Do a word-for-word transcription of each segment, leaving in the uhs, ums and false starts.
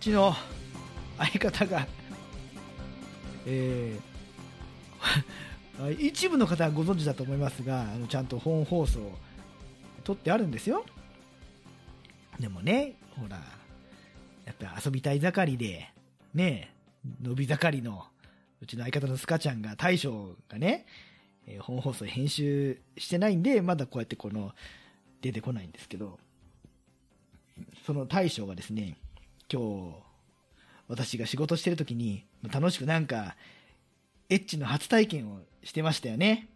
ちの相方が、えー、一部の方はご存知だと思いますが、あのちゃんと本放送撮ってあるんですよ。でもね、ほらやっぱ遊びたい盛りでね、伸び盛りのうちの相方のスカちゃんが、大将がね、えー、本放送編集してないんで、まだこうやってこの出てこないんですけど、その大将がですね、今日私が仕事してる時に楽しくなんかエッチの初体験をしてましたよね。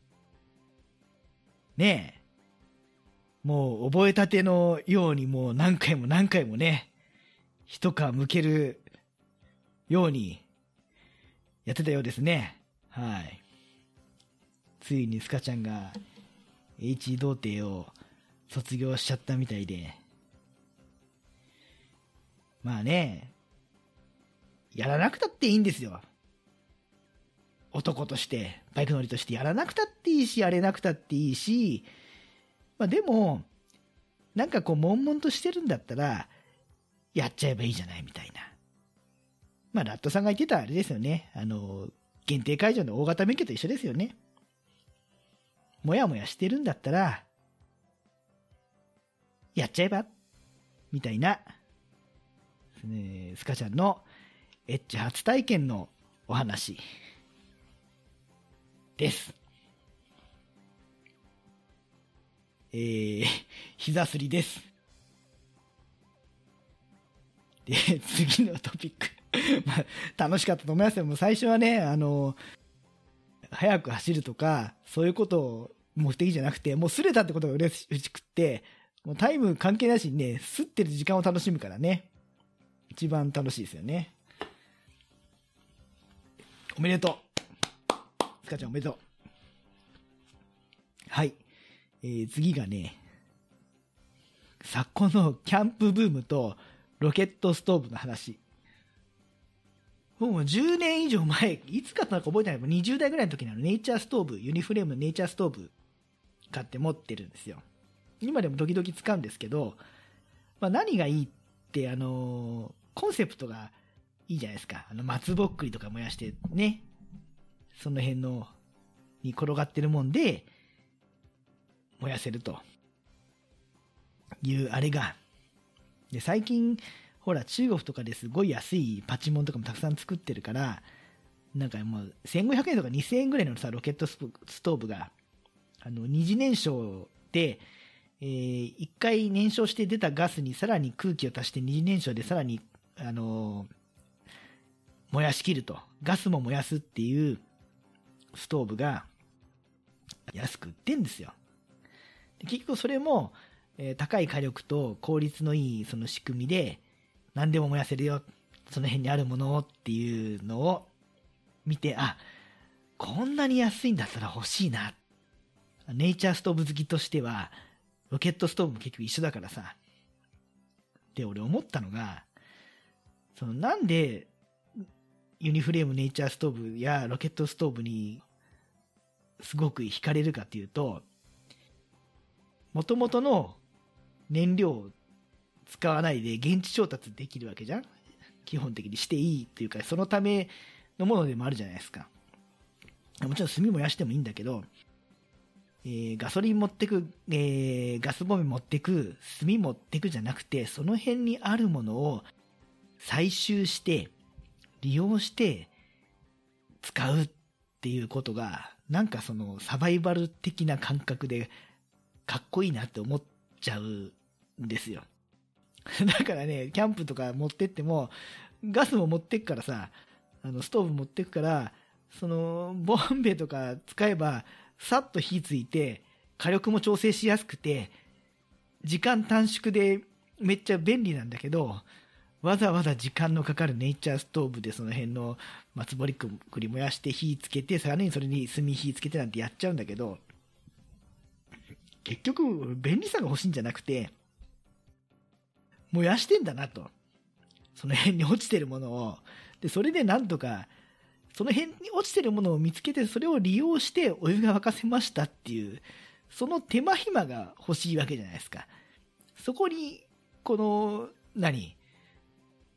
ねえ、もう覚えたてのようにもう何回も何回もね、一皮むけるようにやってたようですね。はい。ついにスカちゃんが H 童貞を卒業しちゃったみたいで、まあね、やらなくたっていいんですよ。男としてバイク乗りとしてやらなくたっていいし、やれなくたっていいし、まあでもなんかこう悶々としてるんだったらやっちゃえばいいじゃないみたいな。まあラットさんが言ってたあれですよね、あの限定解除の大型免許と一緒ですよね。もやもやしてるんだったらやっちゃえばみたいな、ね、スカちゃんのエッチ初体験のお話です。えー、膝すりです。で、次のトピックまあ楽しかったと思いますよ。もう最初はね、あの速く走るとかそういうことを目的じゃなくて、もう擦れたってことが嬉しくって、もうタイム関係なしにね、擦ってる時間を楽しむからね、一番楽しいですよね。おめでとうスカちゃん、おめでとう。はい、えー、次がね、昨今のキャンプブームとロケットストーブの話。もうじゅうねん以上前、いつ買ったのか覚えてないけど、にじゅう代ぐらいの時にあのネイチャーストーブ、ユニフレームのネイチャーストーブ買って持ってるんですよ。今でも時々使うんですけど、まあ、何がいいって、あのー、コンセプトがいいじゃないですか。あの松ぼっくりとか燃やしてね、その辺のに転がってるもんで燃やせるというあれが。で、最近ほら中国とかですごい安いパチモンとかもたくさん作ってるから、なんかもうせんごひゃくえんとかにせんえんぐらいのさロケットストーブがあの二次燃焼で、えー、いっかい燃焼して出たガスにさらに空気を足して二次燃焼でさらに、あのー、燃やしきると、ガスも燃やすっていうストーブが安く売ってんですよ。で結局それも、えー、高い火力と効率のいいその仕組みで何でも燃やせるよ、その辺にあるものをっていうのを見て、あ、こんなに安いんだったら欲しいな。ネイチャーストーブ好きとしてはロケットストーブも結局一緒だからさ。で、俺思ったのが、そのなんでユニフレームネイチャーストーブやロケットストーブにすごく惹かれるかっていうと、元々の燃料を使わないで現地調達できるわけじゃん。基本的にしていいっていうか、そのためのものでもあるじゃないですか。もちろん炭燃やしてもいいんだけど、えー、ガソリン持ってく、えー、ガスボンベ持ってく、炭持ってくじゃなくて、その辺にあるものを採集して利用して使うっていうことが、なんかそのサバイバル的な感覚でかっこいいなって思っちゃうんですよ。だからね、キャンプとか持ってってもガスも持ってくからさ、あのストーブ持ってくから、そのボンベとか使えばさっと火ついて火力も調整しやすくて時間短縮でめっちゃ便利なんだけど、わざわざ時間のかかるネイチャーストーブでその辺の松ぼりくり燃やして火つけて、さらにそれに炭火つけてなんてやっちゃうんだけど、結局便利さが欲しいんじゃなくて燃やしてんだなと、その辺に落ちてるものを。でそれでなんとかその辺に落ちてるものを見つけて、それを利用してお湯が沸かせましたっていう、その手間暇が欲しいわけじゃないですか。そこにこの何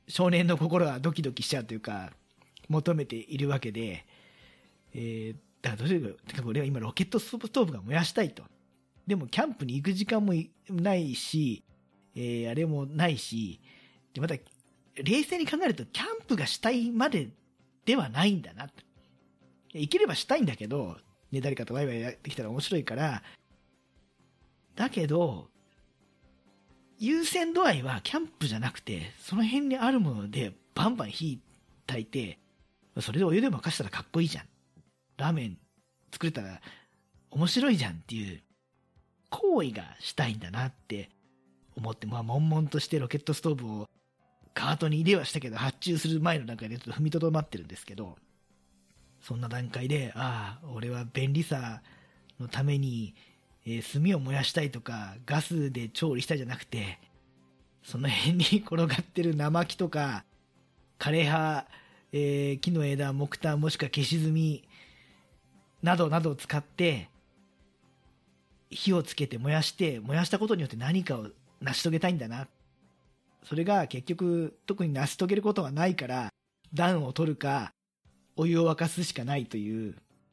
少年の心はドキドキしちゃうというか、求めているわけで、えー、だからどういうか、俺は今ロケットストーブが燃やしたいと。でもキャンプに行く時間もないし、えー、あれもないし、でまた冷静に考えるとキャンプがしたいまでではないんだな。行ければしたいんだけど、ね、誰かとワイワイやってきたら面白いから、だけど、優先度合いはキャンプじゃなくて、その辺にあるものでバンバン火焚いて、それでお湯で沸かしたらかっこいいじゃん。ラーメン作れたら面白いじゃんっていう行為がしたいんだなって思って、まあ、悶々としてロケットストーブをカートに入れはしたけど、発注する前の段階でちょっと踏みとどまってるんですけど、そんな段階で、ああ、俺は便利さのために、えー、炭を燃やしたいとか、ガスで調理したいじゃなくて、その辺に転がってる生木とか、枯葉、えー、木の枝、木炭、もしくは消し炭などなどを使って、火をつけて燃やして、燃やしたことによって何かを成し遂げたいんだな。それが結局、特に成し遂げることはないから、暖を取るか、お湯を沸かすしかないという、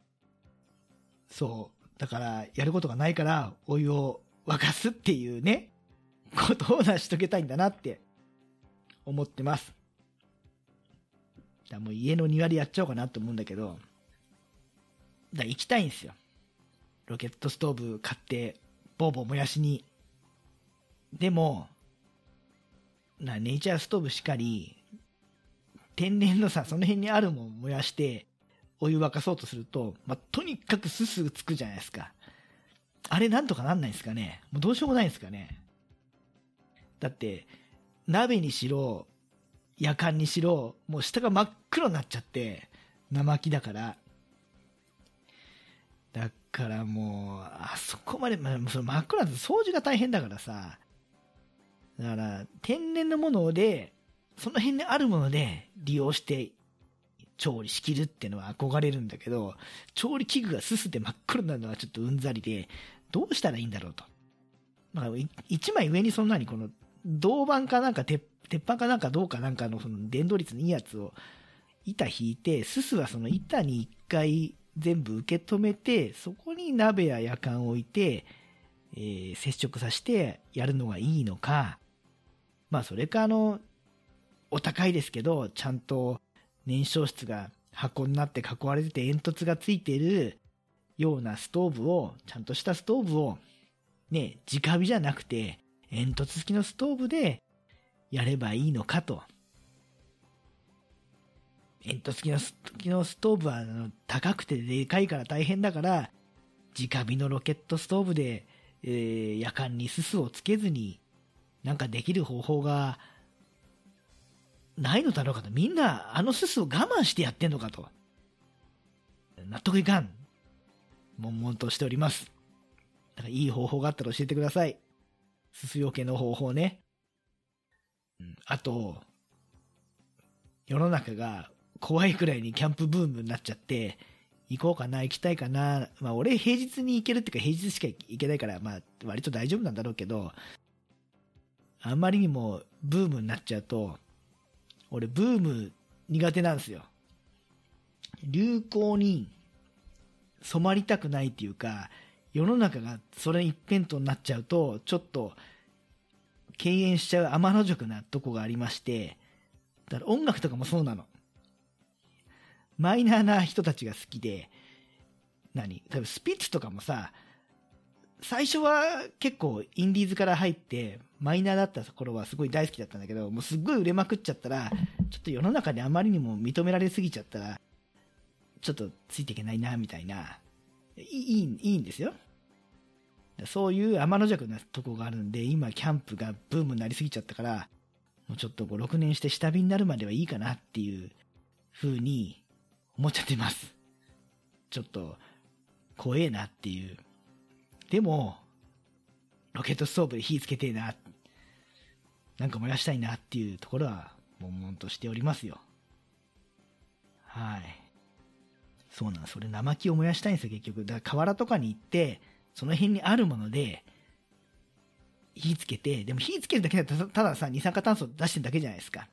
そう、だからやることがないからお湯を沸かすっていうね、ことを成し遂げたいんだなって思ってます。だからもう家の庭でやっちゃおうかなと思うんだけど、だから行きたいんですよ。ロケットストーブ買ってボーボー燃やしに。でもなネイチャーストーブしかり、天然のさ、その辺にあるもん燃やしてお湯沸かそうとすると、まあ、とにかくすすつくじゃないですか。あれなんとかなんないですかね。もうどうしようもないですかね。だって鍋にしろやかんにしろ、もう下が真っ黒になっちゃって、生木だから。だからもうあそこまで、まあ、その真っ黒だと掃除が大変だからさ。だから天然のもので、その辺にあるもので利用して調理しきるっていうのは憧れるんだけど、調理器具がすすって真っ黒になるのはちょっとうんざりで、どうしたらいいんだろうと。まあ、一枚上にそんなにこの銅板かなんか鉄鉄板かなんかどうかなんかのその伝導率のいいやつを板引いて、すすはその板に一回全部受け止めて、そこに鍋ややかんを置いて、えー、接触させてやるのがいいのか、まあそれかあのお高いですけどちゃんと燃焼室が箱になって囲われてて煙突がついているようなストーブを、ちゃんとしたストーブをね、直火じゃなくて煙突付きのストーブでやればいいのかと。煙突付きのストーブはあの高くてでかいから大変だから、直火のロケットストーブで、えー、夜間にすすをつけずになんかできる方法がないのだろうかと。みんなあのすすを我慢してやってんのかと。納得いかん。悶々としております。だからいい方法があったら教えてください。すすよけの方法ね。うん、あと世の中が怖いくらいにキャンプブームになっちゃって、行こうかな、行きたいかな。まあ俺平日に行けるっていうか平日しか行けないから、まあ割と大丈夫なんだろうけど、あんまりにもブームになっちゃうと、俺ブーム苦手なんですよ。流行に染まりたくないっていうか、世の中がそれ一辺倒になっちゃうとちょっと敬遠しちゃう天の弱なとこがありまして、だから音楽とかもそうなの。マイナーな人たちが好きで、何多分スピッツとかもさ、最初は結構インディーズから入ってマイナーだった頃はすごい大好きだったんだけど、もうすっごい売れまくっちゃったら、ちょっと世の中であまりにも認められすぎちゃったらちょっとついていけないなみたいな、いいいいんですよ。そういう天の弱なとこがあるんで、今キャンプがブームになりすぎちゃったから、もうちょっとご、ろくねんして下火になるまではいいかなっていう風に思っちゃってます。ちょっと怖えなっていう。でもロケットストーブで火つけてえな、なんか燃やしたいなっていうところは悶々としておりますよ。はい。そうなんです。それ生木を燃やしたいんですよ結局。だから河原とかに行ってその辺にあるもので火つけて、でも火つけるだけだとたださ二酸化炭素出してるだけじゃないですか。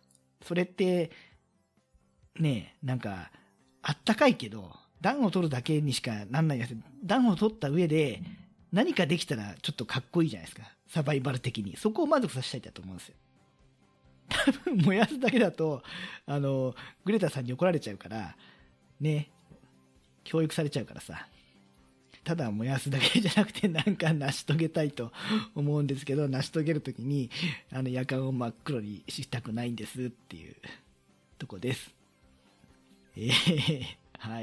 それってね、なんかあったかいけど暖を取るだけにしかなんないやつ。暖を取った上で何かできたらちょっとかっこいいじゃないですか、サバイバル的に。そこを満足させたいんだと思うんですよ。多分燃やすだけだとあのグレタさんに怒られちゃうからね、教育されちゃうからさ、ただ燃やすだけじゃなくてなんか成し遂げたいと思うんですけど、成し遂げるときにあの夜間を真っ黒にしたくないんですっていうとこです。えー、はい。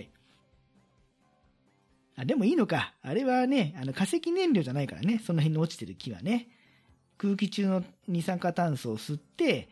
あ、でもいいのか。あれはね、あの化石燃料じゃないからね、その辺に落ちてる木はね。空気中の二酸化炭素を吸って、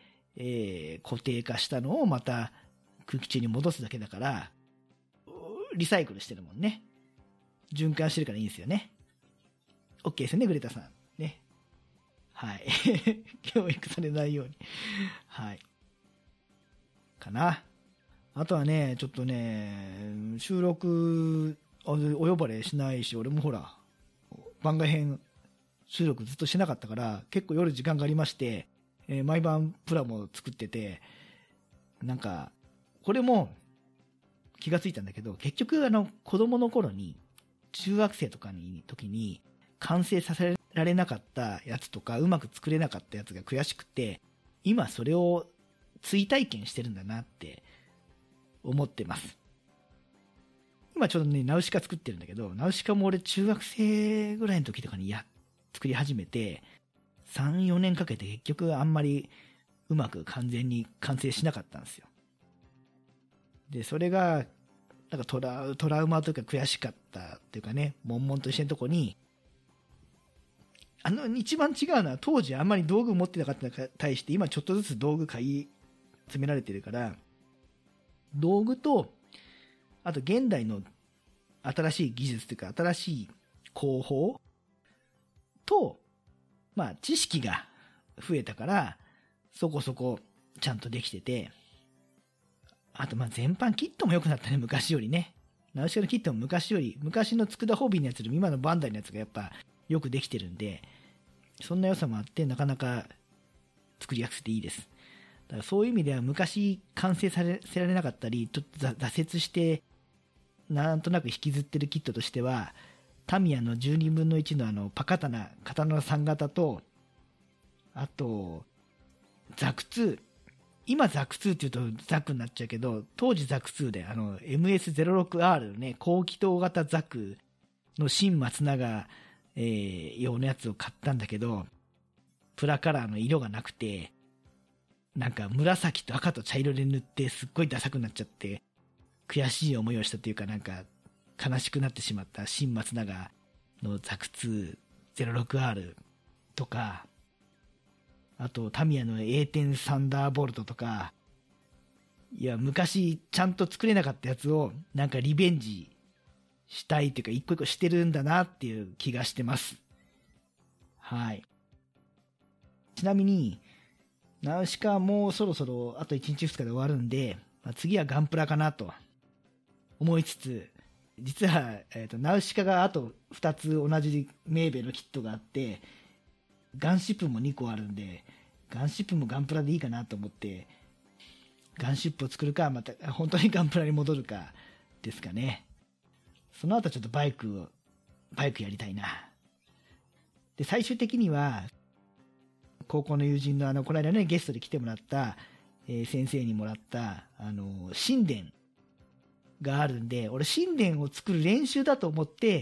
えー、固定化したのをまた空気中に戻すだけだから、リサイクルしてるもんね。循環してるからいいんですよね。OK ですよね、グレタさん。ね。はい。教育されないように。はい。かな。あとはね、ちょっとね、収録、お呼ばれしないし、俺もほら、番外編収録ずっとしてなかったから、結構夜時間がありまして、えー、毎晩プラも作ってて、なんか、これも気がついたんだけど、結局あの、子供の頃に、中学生とかに、時に、完成させられなかったやつとか、うまく作れなかったやつが悔しくて、今それを追体験してるんだなって思ってます。今ちょうどね、ナウシカ作ってるんだけど、ナウシカも俺中学生ぐらいの時とかにや、作り始めて、さん、よねんかけて結局あんまりうまく完全に完成しなかったんですよ。で、それが、なんかトラ、トラウマというか悔しかったっていうかね、悶々としてるとこに、あの、一番違うのは当時あんまり道具持ってなかったのに対して、今ちょっとずつ道具買い詰められてるから、道具と、あと現代の新しい技術というか新しい工法と、まあ知識が増えたから、そこそこちゃんとできてて、あとまあ全般キットも良くなったね、昔よりね。ナウシカのキットも昔より、昔の佃ホビーのやつより今のバンダイのやつがやっぱよくできてるんで、そんな良さもあってなかなか作りやすくていいです。だからそういう意味では昔完成させられなかったり、ちょっと挫折してなんとなく引きずってるキットとしては、タミヤのじゅうにぶんのいちのあのパカタナ、刀のさん型と、あと、ザクツー。今ザクツーって言うとザクになっちゃうけど、当時ザクツーであの エムエスゼロろくアール のね、高気筒型ザクの新松永、えー、用のやつを買ったんだけど、プラカラーの色がなくて、なんか紫と赤と茶色で塗ってすっごいダサくなっちゃって、悔しい思いをしたというか、なんか悲しくなってしまった新松永のザクツーゼロろくアール とか、あとタミヤの エーテン サンダーボルトとか、いや昔ちゃんと作れなかったやつをなんかリベンジしたいというか一個一個してるんだなっていう気がしてます。はい。ちなみにナウシカもうそろそろあといちにちふつかで終わるんで、まあ、次はガンプラかなと思いつつ、実は、えーと、ナウシカがあとふたつ同じメーベのキットがあって、ガンシップもにこあるんで、ガンシップもガンプラでいいかなと思って、ガンシップを作るか、また本当にガンプラに戻るかですかね。その後ちょっとバイクを、バイクやりたいな。で、最終的には、高校の友人のあの、この間ね、ゲストで来てもらった、えー、先生にもらった、あの、神殿があるんで、俺神殿を作る練習だと思って、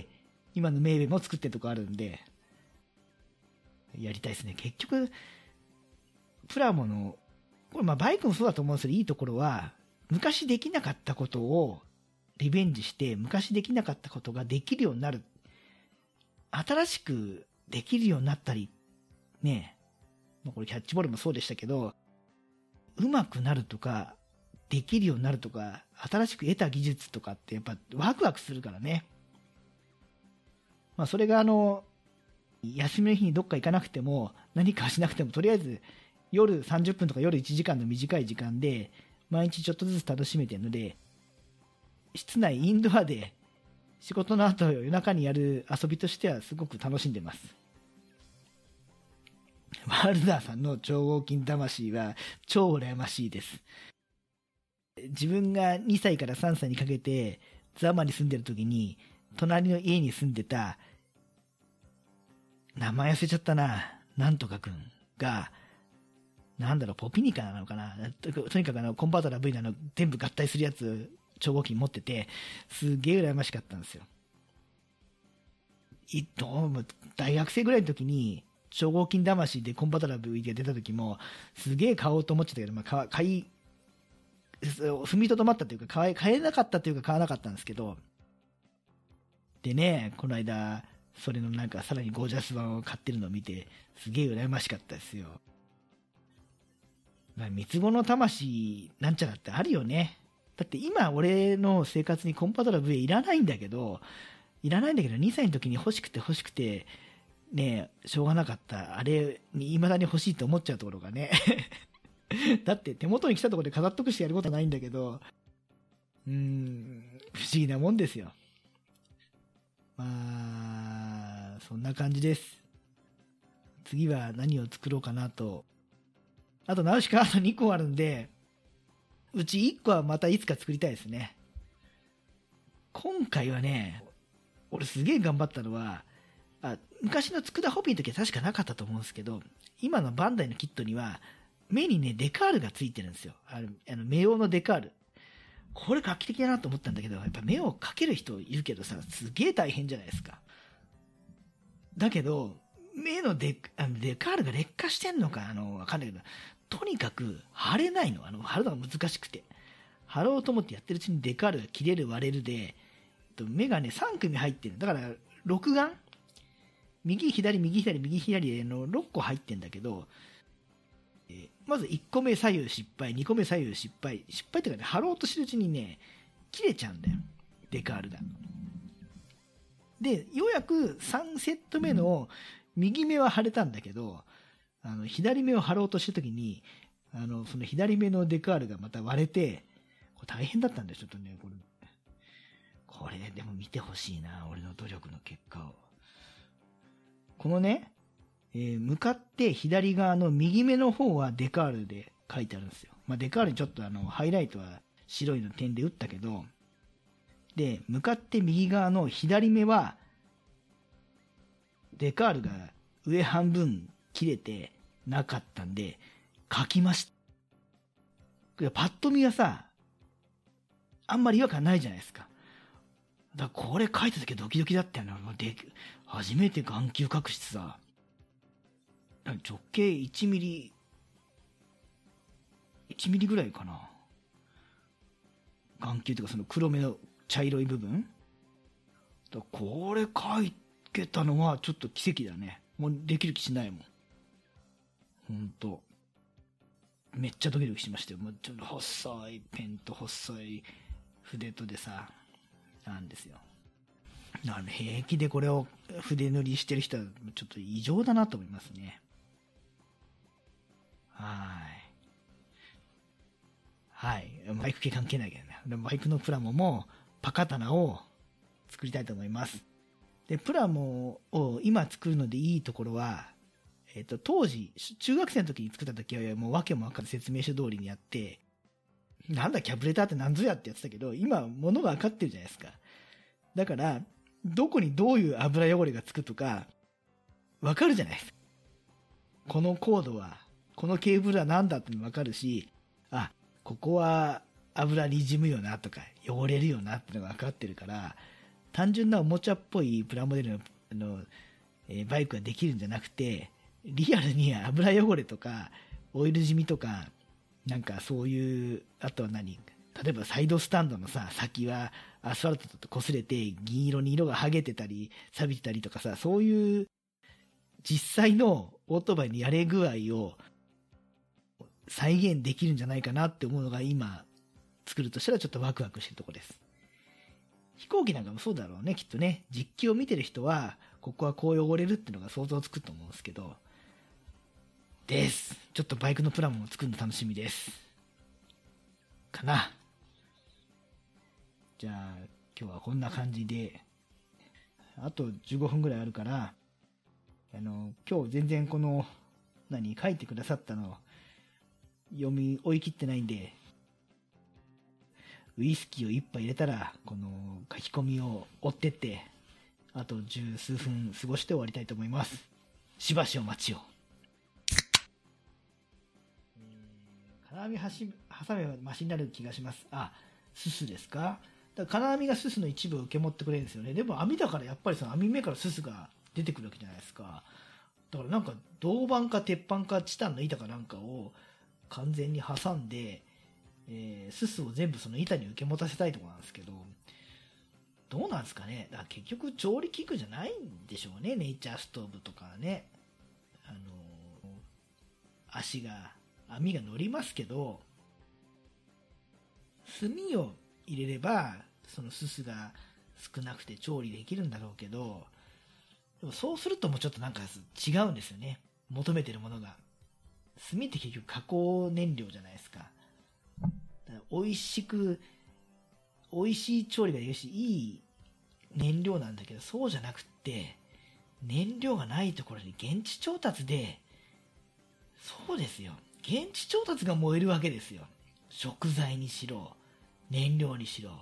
今のメーベも作ってるとこあるんで、やりたいですね。結局、プラモの、これまあバイクもそうだと思うんですけど、いいところは、昔できなかったことをリベンジして、昔できなかったことができるようになる。新しくできるようになったり、ね、まあ、これキャッチボールもそうでしたけど、上手くなるとか、できるようになるとか、新しく得た技術とかってやっぱワクワクするからね。まあそれがあの、休みの日にどっか行かなくても、何かしなくても、とりあえず夜さんじゅっぷんとか夜いちじかんの短い時間で、毎日ちょっとずつ楽しめてるので、室内インドアで仕事の後夜中にやる遊びとしてはすごく楽しんでます。 ワールダーさんの超合金魂は超羨ましいです。自分がにさいからさんさいにかけてザマに住んでる時に、隣の家に住んでた、名前忘れちゃったな、なんとかくんが、なんだろう、ポピニカなのかな、と, とにかくあのコンバートラー V のあの全部合体するやつ、超合金持ってて、すげえ羨ましかったんですよ。いどうも大学生ぐらいの時に、超合金魂でコンバートラー V が出た時も、すげえ買おうと思ってたけど、まあ、買い、踏みとどまったというか、買え、買えなかったというか買わなかったんですけど、でね、この間、それのなんかさらにゴージャス版を買ってるのを見て、すげえ羨ましかったですよ。まあ、三つ子の魂なんちゃらってあるよね。だって今俺の生活にコンパトラ V いらないんだけど、いらないんだけどにさいの時に欲しくて欲しくて、ねえ、しょうがなかった。あれに未だに欲しいと思っちゃうところがね。だって手元に来たところで飾っとくしてやることはないんだけど、うーん、不思議なもんですよ。まあ、そんな感じです。次は何を作ろうかなと。あと、ナウシカあとにこあるんで、うちいっこはまたいつか作りたいですね。今回はね、俺すげえ頑張ったのは、あ、昔の佃ホビーの時は確かなかったと思うんですけど、今のバンダイのキットには、目にね、デカールがついてるんですよ。あの、あの目用のデカール。これ画期的だなと思ったんだけど、やっぱ目をかける人いるけどさ、すげえ大変じゃないですか。だけど、目のデあのデカールが劣化してんのか、あの、わかんないけど、とにかく貼れないの。あの、貼るのが難しくて。貼ろうと思ってやってるうちにデカールが切れる割れるで、目がね、さん組入ってる。だから、ろく眼右左右左右左のろっこ入ってんだけど、えー、まずいっこめ左右失敗、にこめ左右失敗。失敗っていうかね、貼ろうとしてるうちにね、切れちゃうんだよ。デカールが。で、ようやくさんセット目の右目は貼れたんだけど、あの左目を貼ろうとしたときに、あのその左目のデカールがまた割れて、これ大変だったんだよ、ちょっとね、これ。これでも見てほしいな、俺の努力の結果を。このね、えー、向かって左側の右目の方はデカールで書いてあるんですよ。まあ、デカールにちょっとあのハイライトは白いの点で打ったけど、で、向かって右側の左目は、デカールが上半分切れてなかったんで、書きました。パッと見はさ、あんまり違和感ないじゃないですか。だからこれ書いた時ドキドキだったよな。で、初めて眼球隠してさ、直径いちミリ、いちミリぐらいかな。眼球というかその黒目の茶色い部分。だこれ書いけたのはちょっと奇跡だね。もうできる気しないもん。ほんと。めっちゃドキドキしましたよ。もうちょっと細いペンと細い筆とでさ、なんですよ。あの平気でこれを筆塗りしてる人はちょっと異常だなと思いますね。はい。はい。バイク系関係ないけどね。バイクのプラモもパカタナを作りたいと思います。で、プラモを今作るのでいいところは、えっと、当時、中学生の時に作った時はもう訳もわかる説明書通りにやって、なんだキャブレターって何ぞやってやってたけど、今物が分かってるじゃないですか。だから、どこにどういう油汚れがつくとか、分かるじゃないですか。このコードは、このケーブルは何だっての分かるし、あ、ここは油にじむよなとか、汚れるよなってのが分かってるから、単純なおもちゃっぽいプラモデルの、あの、えー、バイクができるんじゃなくて、リアルに油汚れとか、オイル染みとか、なんかそういう、あとは何例えばサイドスタンドのさ、先はアスファルトと擦れて銀色に色が剥げてたり、錆びてたりとかさ、そういう実際のオートバイのやれ具合を再現できるんじゃないかなって思うのが今作るとしたらちょっとワクワクしてるところです。飛行機なんかもそうだろうね、きっとね。実機を見てる人は、ここはこう汚れるっていうのが想像つくと思うんですけど、です。ちょっとバイクのプラモを作るの楽しみです。かな。じゃあ、今日はこんな感じで、あとじゅうごふんぐらいあるから、あの、今日全然この何書いてくださったの読み追い切ってないんで、ウイスキーを一杯入れたらこの書き込みを追ってってあと十数分過ごして終わりたいと思います。しばしお待ちを。金網挟めばマシになる気がします。あ、すすですか。だから金網がすすの一部を受け持ってくれるんですよね。でも網だからやっぱりその網目からすすが出てくるわけじゃないですか。だからなんか銅板か鉄板かチタンの板かなんかを完全に挟んで、えー、すすを全部その板に受け持たせたいところなんですけど、どうなんですかね。だから結局調理器具じゃないんでしょうね。ネイチャーストーブとかね、あのー、足が網が乗りますけど、炭を入れればそのすすが少なくて調理できるんだろうけど、でもそうするともうちょっとなんか違うんですよね、求めてるものが。炭って結局加工燃料じゃないですか。だから美味しく美味しい調理ができるしいい燃料なんだけど、そうじゃなくって燃料がないところに現地調達で、そうですよ、現地調達が燃えるわけですよ。食材にしろ燃料にしろ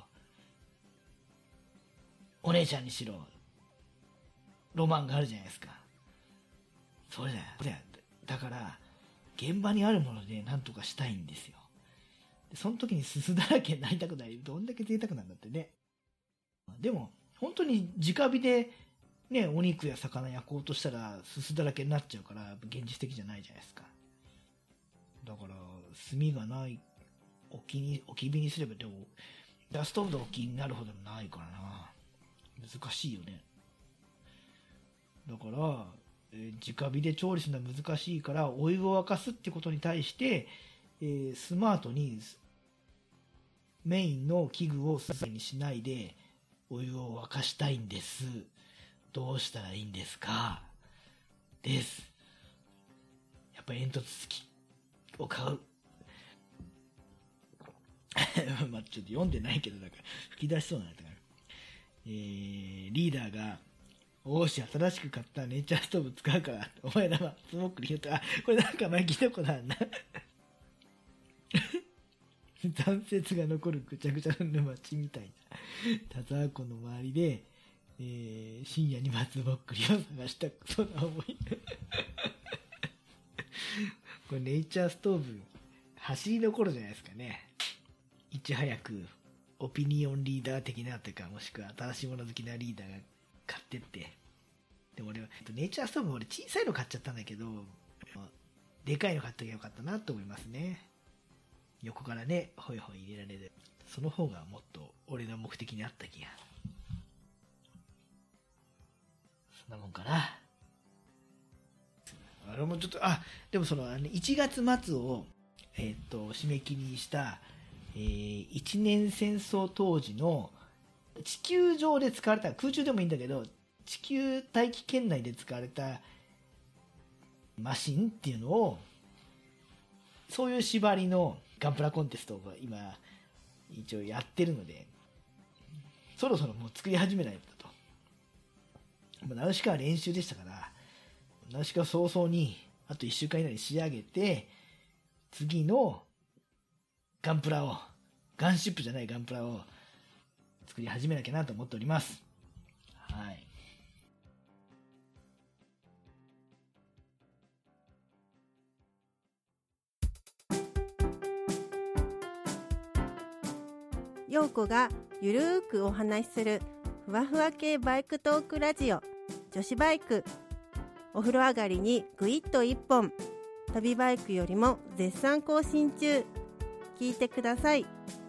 お姉ちゃんにしろロマンがあるじゃないですか。それだよ、それだよ。だから現場にあるもので何とかしたいんですよ。でその時にすすだらけになりたくない。どんだけ贅沢なんだってね。でも本当に直火でね、お肉や魚焼こうとしたらすすだらけになっちゃうから現実的じゃないじゃないですか。だから炭がない置きに置き火にすれば、でもガストーブで置きになるほどないからな。難しいよね。だから、えー、直火で調理するのは難しいからお湯を沸かすってことに対して、えー、スマートにメインの器具をすすにしないでお湯を沸かしたいんです。どうしたらいいんですかです。やっぱり煙突付きを買うまあちょっと読んでないけど、なんか吹き出しそうなんだから、えー、リーダーがおーし新しく買ったネイチャーストーブ使うからお前らはスモークリヒョット、あ、これなんか前聞いたことあるな残雪が残るぐちゃぐちゃの沼地みたいな田沢湖の周りで、えー、深夜に松ぼっくりを探したそんな思いこれネイチャーストーブ走り残るじゃないですかね。いち早くオピニオンリーダー的なというか、もしくは新しいもの好きなリーダーが買ってって、でも俺はネイチャーストーブ俺小さいの買っちゃったんだけど、でかいの買っときゃよかったなと思いますね。横からねホイホイ入れられる、その方がもっと俺の目的にあった気が。そんなもんかな。あれもちょっと、あ、でもそのいちがつ末をえー、っと締め切りにした、えー、一年戦争当時の地球上で使われた、空中でもいいんだけど地球大気圏内で使われたマシンっていうのを、そういう縛りのガンプラコンテストを今一応やってるので、そろそろもう作り始めないとと。ナウシカは練習でしたから、ナウシカは早々にあといっしゅうかん以内に仕上げて、次のガンプラを、ガンシップじゃないガンプラを作り始めなきゃなと思っております。はい。 陽子がゆるーくお話しするふわふわ系バイクトークラジオ、女子バイク。お風呂上がりにぐいっと一本、旅バイクよりも絶賛更新中。聞いてください。